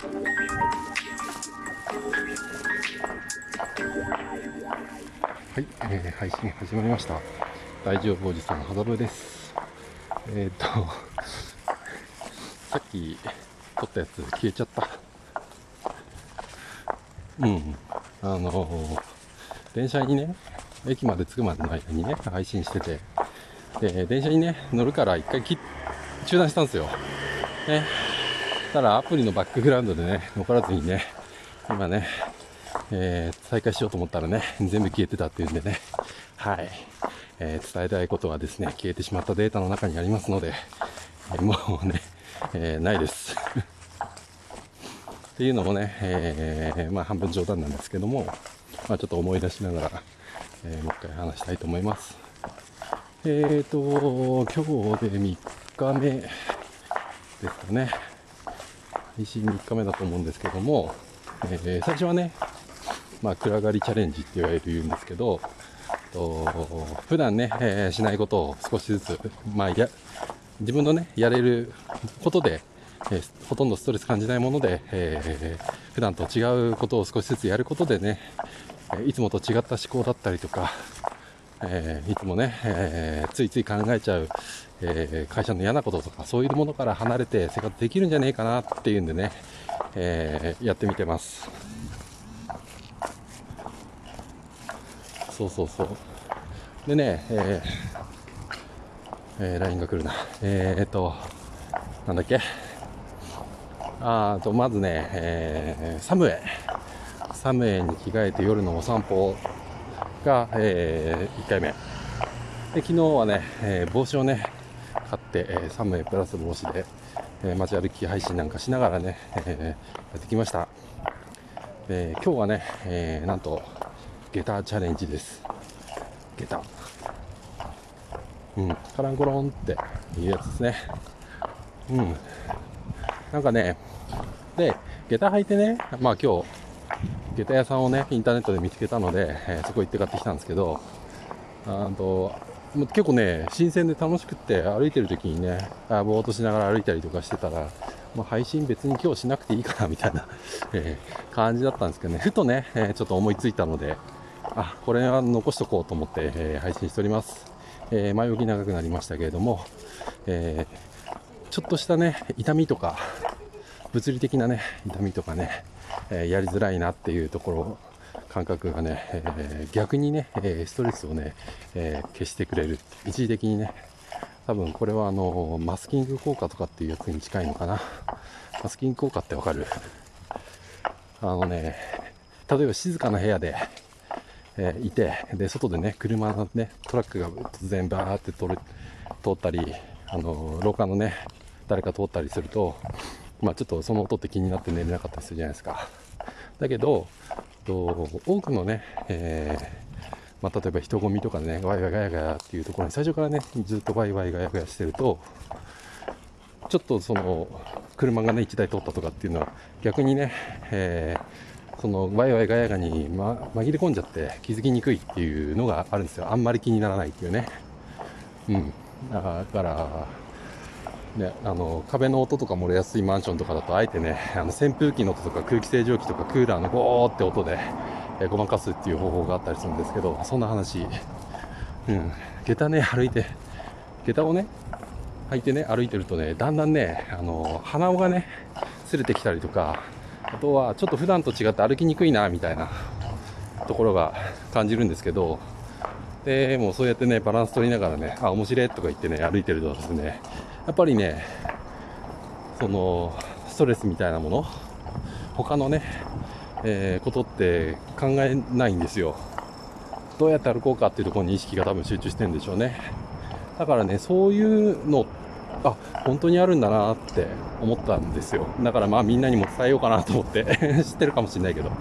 はい、配信始まりました。大丈夫おじさん、はざぶです。さっき撮ったやつ消えちゃった。うん。電車にね、駅まで着くまでの間にね、配信してて、で、電車にね、乗るから一回中断したんですよ。ね。ただアプリのバックグラウンドでね、残らずにね、今ね、再開しようと思ったらね、全部消えてたっていうんでね、はい。伝えたいことはですね、消えてしまったデータの中にありますので、もうね、ないです。っていうのもね、まあ半分冗談なんですけども、まあちょっと思い出しながら、もう一回話したいと思います。今日で3日目ですかね。配信3日目だと思うんですけども、最初はね、まあ暗がりチャレンジって言うんですけど、普段ね、しないことを少しずつ、まあ自分のね、やれることで、ほとんどストレス感じないもので、普段と違うことを少しずつやることでね、いつもと違った思考だったりとか、いつもね、ついつい考えちゃう、会社の嫌なこととかそういうものから離れて生活できるんじゃねえかなっていうんでね、やってみてます。そうそうそう。でね、LINE が来るな。なんだっけ。まずね、サムエに着替えて夜のお散歩が、1回目。で、昨日はね、帽子をね、買って、サムエプラス帽子で、街歩き配信なんかしながらね、やってきました。今日はね、なんと、ゲタチャレンジです。ゲタ。カランコロンっていうやつですね。なんかね、で、下駄履いてね、まあ今日、下駄屋さんをね、インターネットで見つけたので、そこ行って買ってきたんですけど、結構ね、新鮮で楽しくって歩いてる時にね、ぼーっとしながら歩いたりとかしてたら、配信別に今日しなくていいかなみたいな、感じだったんですけどね、ふとね、ちょっと思いついたので、これは残しとこうと思って、配信しております。前置き長くなりましたけれども、ちょっとしたね、痛みとか、物理的なね、痛みとかね、やりづらいなっていうところ、感覚がね、逆にね、ストレスをね、消してくれる。一時的にね、多分これはマスキング効果とかっていうやつに近いのかな。マスキング効果ってわかる？例えば静かな部屋で、いて、で、外でね、車のね、トラックが突然バーって通ったり、廊下のね、誰か通ったりすると、ちょっとその音って気になって寝れなかったりするじゃないですか。だけど、多くのね、例えば人混みとかでね、ワイワイガヤガヤっていうところに最初からね、ずっとワイワイガヤガヤしてると、ちょっとその、車がね、1台通ったとかっていうのは、逆にね、そのワイワイガヤガヤに、紛れ込んじゃって気づきにくいっていうのがあるんですよ。あんまり気にならないっていうね。だから、ね、壁の音とか漏れやすいマンションとかだとあえてね、扇風機の音とか空気清浄機とかクーラーのゴーって音で、ごまかすっていう方法があったりするんですけど、そんな話。下駄ね、下駄をね、履いてね、歩いてるとね、だんだんね、鼻緒がね、擦れてきたりとか、あとはちょっと普段と違って歩きにくいな、みたいなところが感じるんですけど、で、もうそうやってね、バランス取りながらね、面白いとか言ってね、歩いてるとですね、やっぱりね、その、ストレスみたいなもの、他のね、ことって考えないんですよ。どうやって歩こうかっていうところに意識が多分集中してるんでしょうね。だからね、そういうの、本当にあるんだなって思ったんですよ。だからみんなにも伝えようかなと思って知ってるかもしれないけど。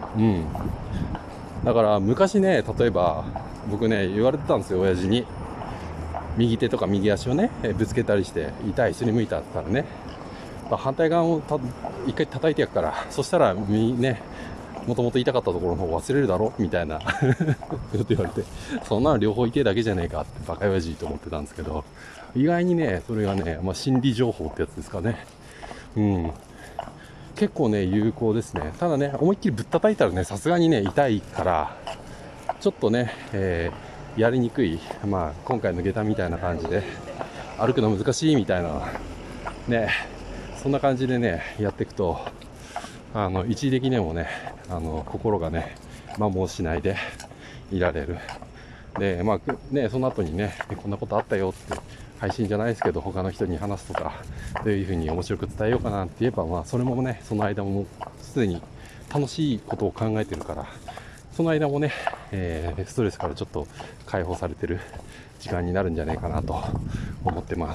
だから昔ね、例えば、僕ね、言われてたんですよ、親父に。右手とか右足をね、ぶつけたりして、痛い、すりむいたったらね、反対側を一回叩いてやるから、そしたら、ね、もともと痛かったところの方忘れるだろみたいなこと言われて、そんなの両方痛いだけじゃねえかってバカ親父と思ってたんですけど、意外にね、それがね、心理情報ってやつですかね。 結構ね有効ですね。ただね思いっきりぶったたいたらねさすがにね痛いからちょっとね、やりにくい、まあ、今回の下駄みたいな感じで歩くの難しいみたいなね、そんな感じでねやっていくと一時的にもね心がね摩耗しないでいられる。でまあねその後にねこんなことあったよって配信じゃないですけど他の人に話すとかどういう風に面白く伝えようかなって言えば、まあそれもねその間ももうすでに楽しいことを考えてるから、その間もね、ストレスからちょっと解放されてる時間になるんじゃないかなと思ってます。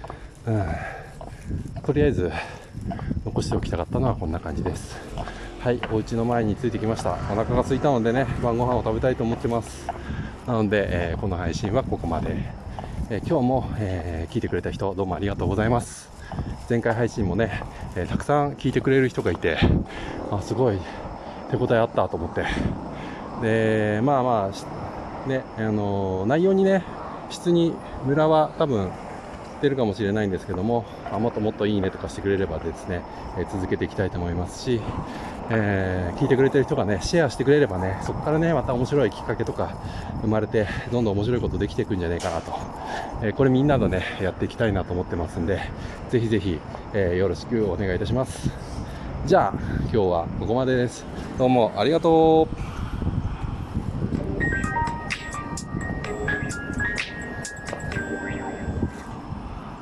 とりあえず残しておきたかったのはこんな感じです。はい、お家の前に着いてきました。お腹が空いたのでね晩ご飯を食べたいと思ってます。なので、この配信はここまで。今日も、聞いてくれた人どうもありがとうございます。前回配信もね、たくさん聞いてくれる人がいて、すごい手応えあったと思って、でまあまあね、内容にね質にムラは多分出るかもしれないんですけども、もっともっといいねとかしてくれればですね、続けていきたいと思いますし、聞いてくれてる人がねシェアしてくれればねそこからねまた面白いきっかけとか生まれてどんどん面白いことできていくんじゃないかなと、これみんなでねやっていきたいなと思ってますんで、ぜひぜひ、よろしくお願いいたします。じゃあ今日はここまでです。どうもありがとう。